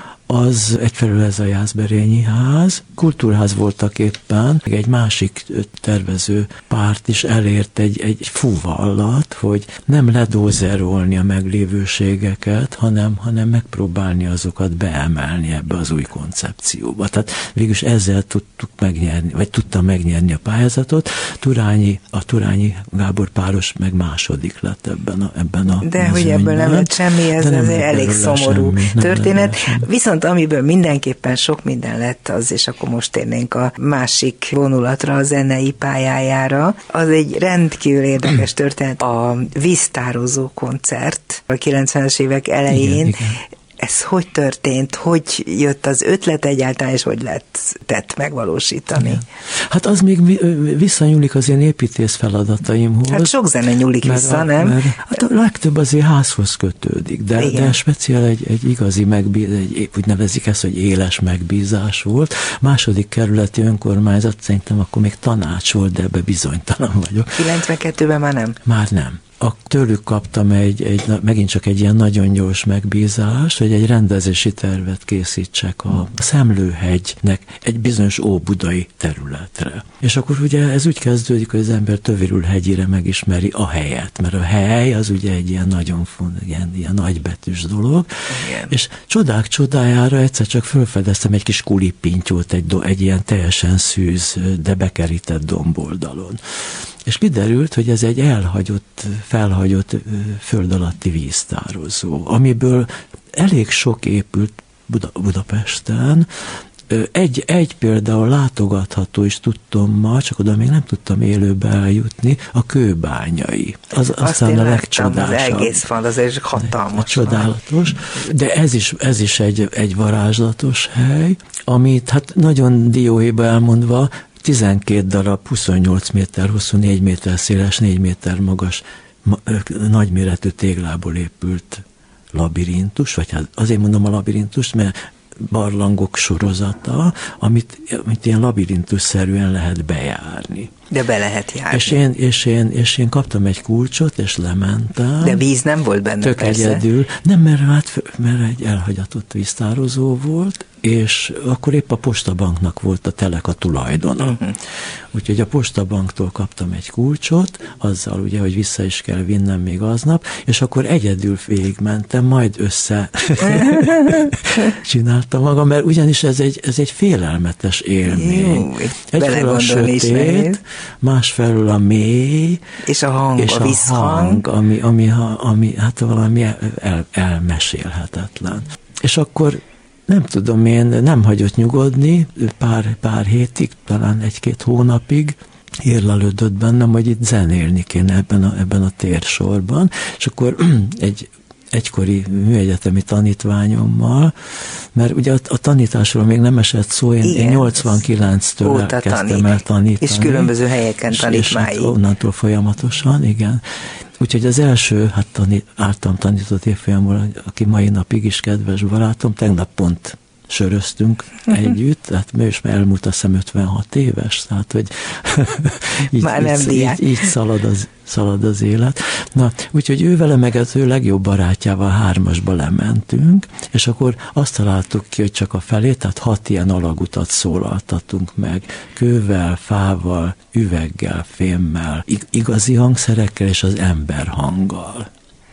az egyfelől ez a Jászberényi ház, kultúrház voltak éppen, egy másik tervező párt is elért egy, egy fuvallat, hogy nem ledózerolni a meglévőségeket, hanem, hanem megpróbálni azokat beemelni ebbe az új koncepcióba. Tehát végülis ezzel tudtuk megnyerni, vagy tudtam megnyerni a pályázatot. Turányi, a Turányi Gábor páros meg második lett ebben a ebben a De hogy ebből nem lett semmi, ez az elég szomorú semmi, történet. Viszont amiből mindenképpen sok minden lett, az, és akkor most térnénk a másik vonulatra, a zenei pályájára. Az egy rendkívül érdekes történet. A víztározó koncert a kilencvenes évek elején. Igen, igen. Ez hogy történt? Hogy jött az ötlet egyáltalán, és hogy lett tett megvalósítani? Ja. Hát az még visszanyúlik az én építész feladataimhoz. Hát sok zene nyúlik mert vissza, a, nem? Mert, hát a legtöbb azért házhoz kötődik, de, de speciál egy, egy igazi megbízás, egy, úgy nevezik ezt, hogy éles megbízás volt. Második kerületi önkormányzat, szerintem akkor még tanács volt, de ebbe bizonytalan vagyok. kilencvenkettőben már nem? Már nem. A, tőlük kaptam egy, egy, megint csak egy ilyen nagyon gyors megbízást, hogy egy rendezési tervet készítsek a Szemlőhegynek egy bizonyos óbudai területre. És akkor ugye ez úgy kezdődik, hogy az ember Tövirülhegyire megismeri a helyet, mert a hely az ugye egy ilyen nagyon fontos, ilyen, ilyen nagybetűs dolog. Igen. És csodák csodájára egyszer csak felfedeztem egy kis kulipintyót, egy, do, egy ilyen teljesen szűz, de bekerített domboldalon. És kiderült, hogy ez egy elhagyott, felhagyott föld alatti víztározó, amiből elég sok épült Buda, Budapesten, Egy, egy például látogatható is tudtam ma, csak oda még nem tudtam élőbe eljutni, a Kőbányai. Az Azt aztán a legcsodásabb. Az egész van, az egy hatalmas. Csodálatos, de ez is, ez is egy, egy varázslatos hely, amit hát nagyon dióhéjba elmondva tizenkét darab, huszonnyolc méter, huszonnégy méter széles, négy méter magas, ma, nagyméretű téglából épült labirintus, vagy hát azért mondom a labirintus, mert barlangok sorozata, amit, amit ilyen labirintusszerűen lehet bejárni. De be lehet járni. És én, és, én, és én kaptam egy kulcsot, és lementem. De víz nem volt benne, tök persze. egyedül. Nem, mert, hát, mert egy elhagyatott víztározó volt, és akkor épp a Postabanknak volt a telek a tulajdona. Uh-huh. Úgyhogy a Postabanktól kaptam egy kulcsot, azzal ugye, hogy vissza is kell vinnem még aznap, és akkor egyedül végigmentem, majd össze csináltam magam, mert ugyanis ez egy, ez egy félelmetes élmény. Egyfelől a sötét, másfelől a mély, és a hang, és a, a visszhang, hang, ami, ami, ami hát valami el, elmesélhetetlen. És akkor nem tudom, én nem hagyott nyugodni, pár, pár hétig, talán egy-két hónapig érlelődött bennem, hogy itt zenélni kéne ebben a, ebben a térsorban, és akkor egy egykori műegyetemi tanítványommal, mert ugye a, a tanításról még nem esett szó, én, én nyolcvankilenctől elkezdtem el tanítani. És különböző helyeken tanít máig. Onnantól folyamatosan, igen. Úgyhogy az első, hát tanít, általam tanított évfolyamból, aki mai napig is kedves barátom, tegnap pont söröztünk együtt, tehát ő is már elmúlt, azt hiszem ötvenhat éves, tehát hogy így, már nem így, így, így szalad, az, szalad az élet. Na, úgyhogy ő vele meg az ő legjobb barátjával hármasba lementünk, és akkor azt találtuk ki, hogy csak a felé, tehát hat ilyen alagutat szólaltatunk meg, kővel, fával, üveggel, fémmel, igazi hangszerekkel és az emberhanggal.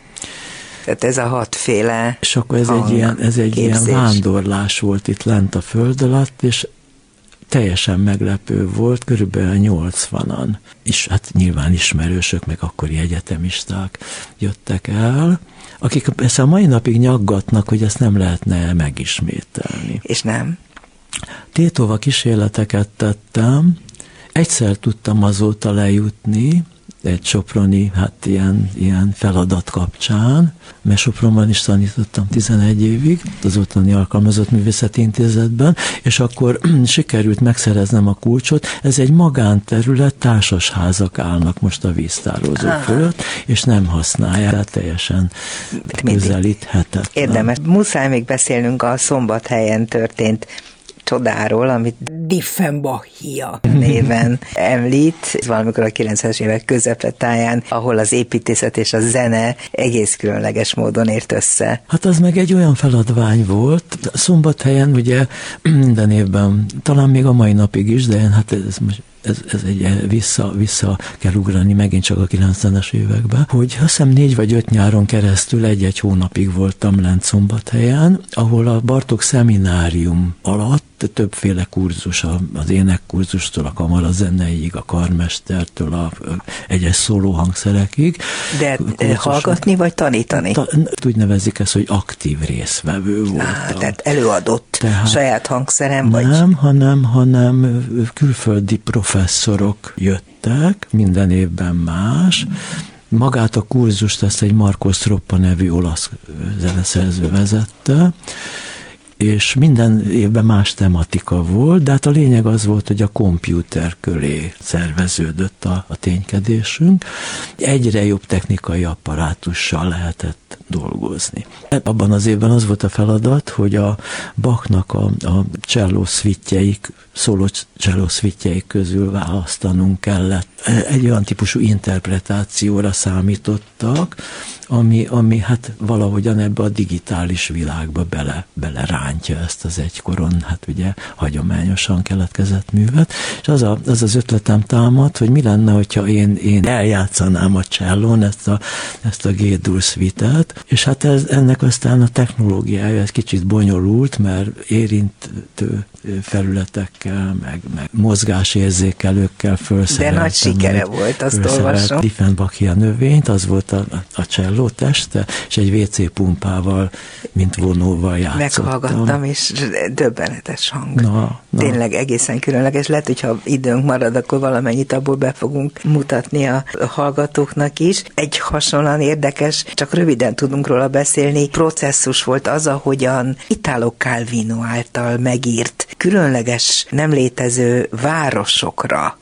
Tehát ez a hatféle És akkor ez egy, ilyen, ez egy ilyen vándorlás volt itt lent a föld alatt, és teljesen meglepő volt, körülbelül nyolcvanan. És hát nyilván ismerősök, meg akkori egyetemisták jöttek el, akik ezt a mai napig nyaggatnak, hogy ezt nem lehetne megismételni. És nem? Tétova kísérleteket tettem, egyszer tudtam azóta lejutni, egy soproni, hát ilyen, ilyen feladat kapcsán, mert Sopronban is tanítottam tizenegy évig, az ottani Alkalmazott Művészeti Intézetben, és akkor sikerült megszereznem a kulcsot. Ez egy magánterület, társasházak állnak most a víztározó ah. fölött, és nem használják, tehát teljesen közelíthetetlen. Érdemes. Muszáj még beszélnünk a Szombathelyen történt csodáról, amit Dieffenbachia néven említ, valamikor a kilencvenes évek közepetáján, ahol az építészet és a zene egész különleges módon ért össze. Hát az meg egy olyan feladvány volt, Szombathelyen ugye minden évben, talán még a mai napig is, de hát ez most Ez, ez egy vissza, vissza kell ugrani megint csak a kilencvenes években, hogy azt hiszem négy vagy öt nyáron keresztül egy-egy hónapig voltam lent Szombathelyen, ahol a Bartók Szeminárium alatt többféle kurzus, az énekkurzustól, a kamarazeneig, a karmestertől, a egyes szólóhangszerekig. De kurzuson. Hallgatni vagy tanítani? Ta, úgy nevezik ezt, hogy aktív részvevő voltam. Á, tehát előadott tehát saját hangszerem? Vagy? Nem, hanem, hanem külföldi professzorok jöttek, minden évben más. Magát a kurzust ezt egy Marco Stroppa nevű olasz zeneszerző vezette, és minden évben más tematika volt, de hát a lényeg az volt, hogy a kompjúter köré szerveződött a, a ténykedésünk. Egyre jobb technikai apparátussal lehetett dolgozni. Abban az évben az volt a feladat, hogy a Bachnak a, a cselló szvittjeik, szóló cselló szvittjeik közül választanunk kellett. Egy olyan típusú interpretációra számítottak, ami, ami hát valahogyan ebbe a digitális világba bele, belerántja ezt az egykoron, hát ugye hagyományosan keletkezett művet, és az a, az, az ötletem támad, hogy mi lenne, hogyha én, én eljátszanám a csellón ezt a, ezt a G-dur szvitet, és hát ez, ennek aztán a technológiája ez kicsit bonyolult, mert érintő felületekkel, meg, meg mozgásérzékelőkkel felszereltem. De nagy sikere volt, azt olvasom. Dieffenbachia növényt, az volt a, a cselló csellót este, és egy vé cé pumpával, mint vonóval játszottam. Meghallgattam, és döbbenetes hang. Na, na. Tényleg egészen különleges. Lehet, hogyha időnk marad, akkor valamennyit abból be fogunk mutatni a hallgatóknak is. Egy hasonlóan érdekes, csak röviden tudunk róla beszélni, processzus volt az, ahogyan Italo Calvino által megírt, különleges, nem létező városokra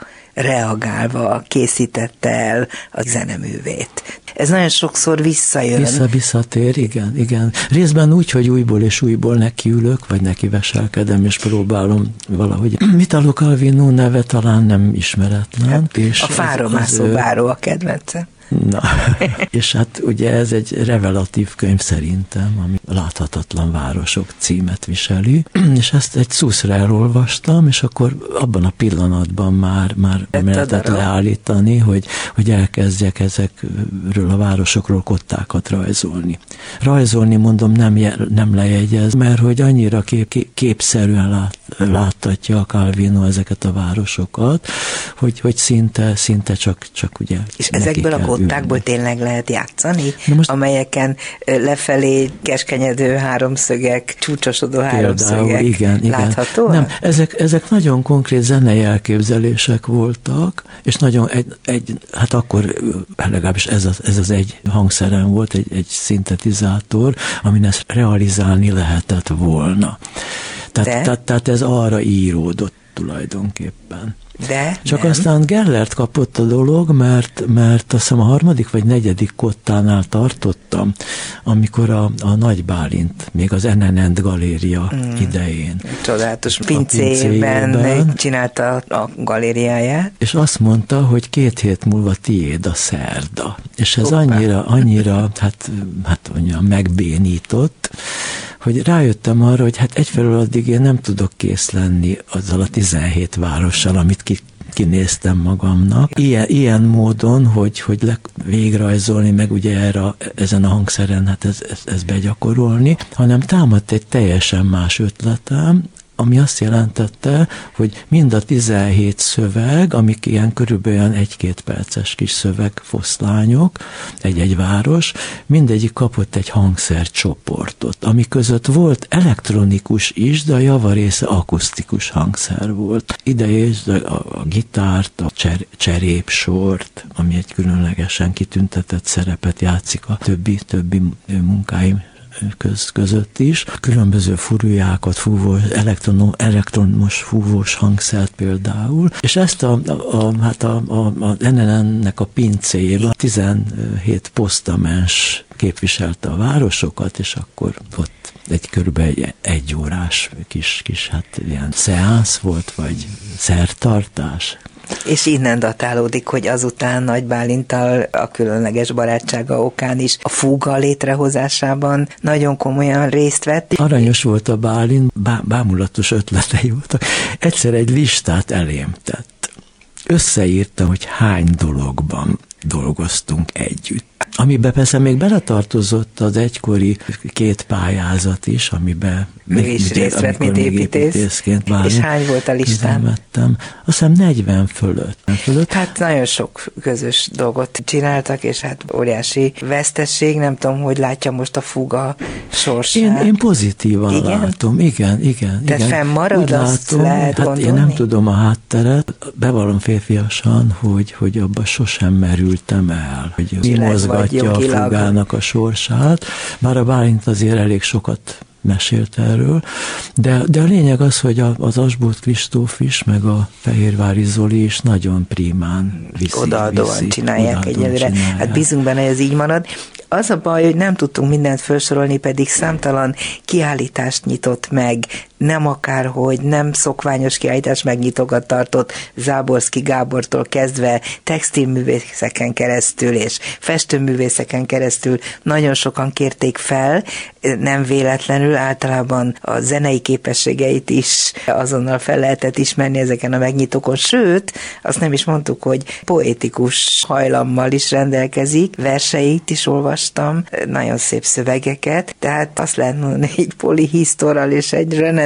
reagálva készítette el a zeneművét. Ez nagyon sokszor visszajön. Vissza-visszatér, igen, igen. Részben úgy, hogy újból és újból nekiülök, vagy neki veselkedem, és próbálom valahogy. Italo Calvino neve talán nem ismeretlen. Hát, és a Fáromászó ő... báró a kedvence. Na, és hát ugye ez egy revelatív könyv szerintem, ami Láthatatlan városok címet viseli, és ezt egy szuszra elolvastam, és akkor abban a pillanatban már, már nem lehetett leállítani, hogy, hogy elkezdjek ezekről a városokról kottákat rajzolni. Rajzolni, mondom, nem, nem lejegyez, mert hogy annyira kép, képszerűen lát, láttatja a Calvino ezeket a városokat, hogy, hogy szinte, szinte csak, csak ugye és ezekből a kottákból tényleg lehet játszani, most amelyeken lefelé keskenyedő háromszögek, csúcsosodó háromszögek igen, láthatóak? Nem, ezek, ezek nagyon konkrét zenei elképzelések voltak, és nagyon egy, egy hát akkor legalábbis ez az, ez az egy hangszeren volt, egy, egy szintetizátor, amin ezt realizálni lehetett volna. Tehát, tehát, tehát ez arra íródott tulajdonképpen. De Csak nem. Aztán Gellert kapott a dolog, mert, mert azt hiszem a harmadik vagy negyedik kottánál tartottam, amikor a, a Nagy Bálint, még az en en en galéria mm. idején. Csodálatos pincéjében, pincéjében csinálta a galériáját. És azt mondta, hogy két hét múlva tiéd a szerda. És ez Hoppá. annyira, annyira, hát, hát mondjam, megbénított, hogy rájöttem arra, hogy hát egyfelől addig én nem tudok kész lenni azzal a tizenhét várossal, amit ki, kinéztem magamnak. Ilyen, ilyen módon, hogy, hogy le, végrajzolni, meg ugye erre, ezen a hangszeren, hát ez, ez, ez begyakorolni, hanem támadt egy teljesen más ötletem, ami azt jelentette, hogy mind a tizenhét szöveg, amik ilyen körülbelül egy-két perces kis szövegfoszlányok, egy-egy város, mindegyik kapott egy hangszercsoportot, ami között volt elektronikus is, de a javarésze akusztikus hangszer volt. Ide és a, a gitárt, a cser, cserépsort, ami egy különlegesen kitüntetett szerepet játszik a többi, többi munkáim Köz, között is. Különböző fúrújákat, fúvós, elektronos, elektromos fúvós hangszert például, és ezt a, a, a, hát a, a, a en en en-nek a pincéjében tizenhét posztamens képviselte a városokat, és akkor ott egy körülbelül egy, egy órás kis, kis hát ilyen szeánsz volt, vagy szertartás. És innen datálódik, hogy azután Nagy Bálinttal a különleges barátsága okán is a fúga létrehozásában nagyon komolyan részt vett. Aranyos volt a Bálint, bá, bámulatos ötletei voltak. Egyszer egy listát elém tett. Összeírta, hogy hány dologban dolgoztunk együtt. Amiben persze még beletartozott az egykori két pályázat is, amiben még is részt vett, mint építész. És hány volt a listán? Azt hiszem negyven fölött. fölött. Hát nagyon sok közös dolgot csináltak, és hát óriási vesztesség, nem tudom, hogy látja most a fuga sorsát. Én, én pozitívan igen? látom, igen, igen. Tehát igen. fennmarad, úgy azt látom, lehet hát gondolni? Én nem tudom a hátteret, bevallom férfiasan, hogy, hogy abba sosem merültem el, hogy mi mozgatja a fugának a sorsát, bár a Bálint azért elég sokat mesélt erről, de, de a lényeg az, hogy a, az Asbóth Kristóf is, meg a Fehérvári Zoli is nagyon prímán viszi. Odaadóan viszi, csinálják egyelőre. Hát bízunk benne, hogy ez így marad. Az a baj, hogy nem tudtunk mindent felsorolni, pedig számtalan kiállítást nyitott meg, nem akárhogy, nem szokványos kiállítás megnyitogat tartott, Záborszky Gábortól kezdve textilművészeken keresztül és festőművészeken keresztül nagyon sokan kérték fel, nem véletlenül, általában a zenei képességeit is azonnal fel lehetett ismerni ezeken a megnyitókon, sőt, azt nem is mondtuk, hogy poétikus hajlammal is rendelkezik, verseit is olvastam, nagyon szép szövegeket, tehát azt lehet mondani, egy polihisztorral és egy reneszánsz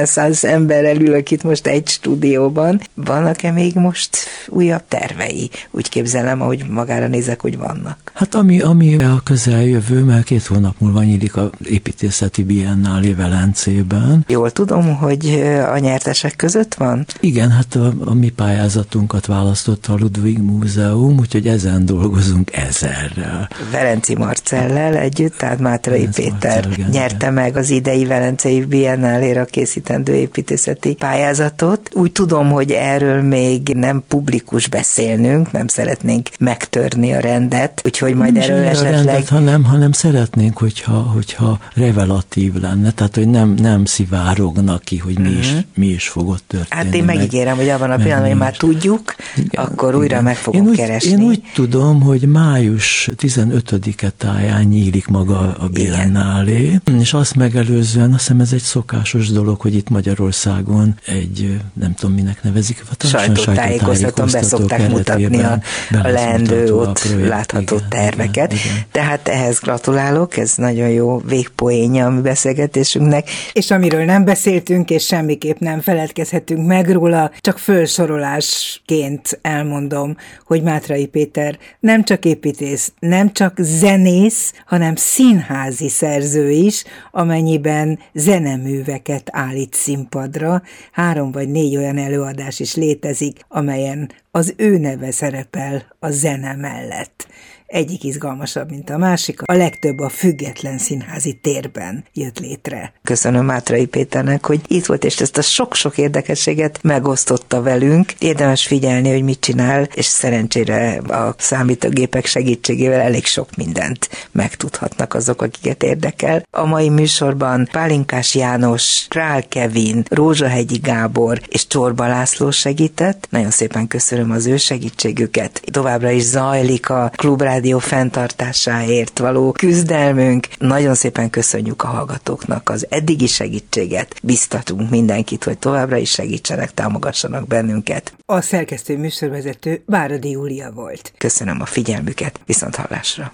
száz emberrel ülök itt most egy stúdióban. Vannak-e még most újabb tervei? Úgy képzelem, ahogy magára nézek, hogy vannak. Hát ami, ami a közeljövő, mert két hónap múlva nyílik a építészeti biennálé Velencében. Jól tudom, hogy a nyertesek között van? Igen, hát a, a mi pályázatunkat választotta a Ludwig Múzeum, úgyhogy ezen dolgozunk ezerrel. Velenci Marcellel együtt, tehát Mátrai Ferenc Péter Marcell, igen, nyerte igen. meg az idei Velencei Biennáléra készítendő építészeti pályázatot. Úgy tudom, hogy erről még nem publikus beszélnünk, nem szeretnénk megtörni a rendet, úgyhogy majd nem erről esetleg... Rendet, hanem, hanem szeretnénk, hogyha, hogyha revelatív lenne, tehát hogy nem, nem szivárognak ki, hogy mi, uh-huh. is, mi is fogott történni. Hát én meg, megígérem, hogy abban a pillanatban, hogy már tudjuk, igen, akkor újra igen. meg fogom én úgy, keresni. Én úgy tudom, hogy május tizenötödike táján nyílik maga a biennálé, és azt megelőzően, azt hiszem ez egy szokásos dolog, hogy itt Magyarországon egy, nem tudom minek nevezik, sajtótájékoztatón be szokták mutatni a, a leendő ott projekt, látható igen, terveket. Igen, igen. Tehát ehhez gratulálok, ez nagyon jó végpoénja a mi beszélgetésünknek. És amiről nem beszéltünk, és semmiképp nem feledkezhetünk meg róla, csak fölsorolásként elmondom, hogy Mátrai Péter nem csak építész, nem csak zenész, hanem színházi szerző is, amennyiben zeneműveket állít színpadra. Három vagy négy olyan előadás is létezik, amelyen az ő neve szerepel a zene mellett. Egyik izgalmasabb, mint a másik, a legtöbb a független színházi térben jött létre. Köszönöm Mátrai Péternek, hogy itt volt, és ezt a sok-sok érdekességet megosztotta velünk. Érdemes figyelni, hogy mit csinál, és szerencsére a számítógépek segítségével elég sok mindent megtudhatnak azok, akiket érdekel. A mai műsorban Pálinkás János, Král Kevin, Rózsahegyi Gábor és Csorba László segített. Nagyon szépen köszönöm az ő segítségüket. Továbbra is zajlik a Klubrádió fenntartásáért való küzdelmünk. Nagyon szépen köszönjük a hallgatóknak az eddigi segítséget. Biztatunk mindenkit, hogy továbbra is segítsenek, támogassanak bennünket. A szerkesztő műsorvezető Váradi Júlia volt. Köszönöm a figyelmüket, viszonthallásra.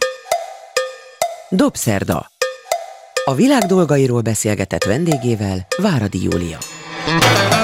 Dobszerda. A világ dolgairól beszélgetett vendégével Váradi Júlia.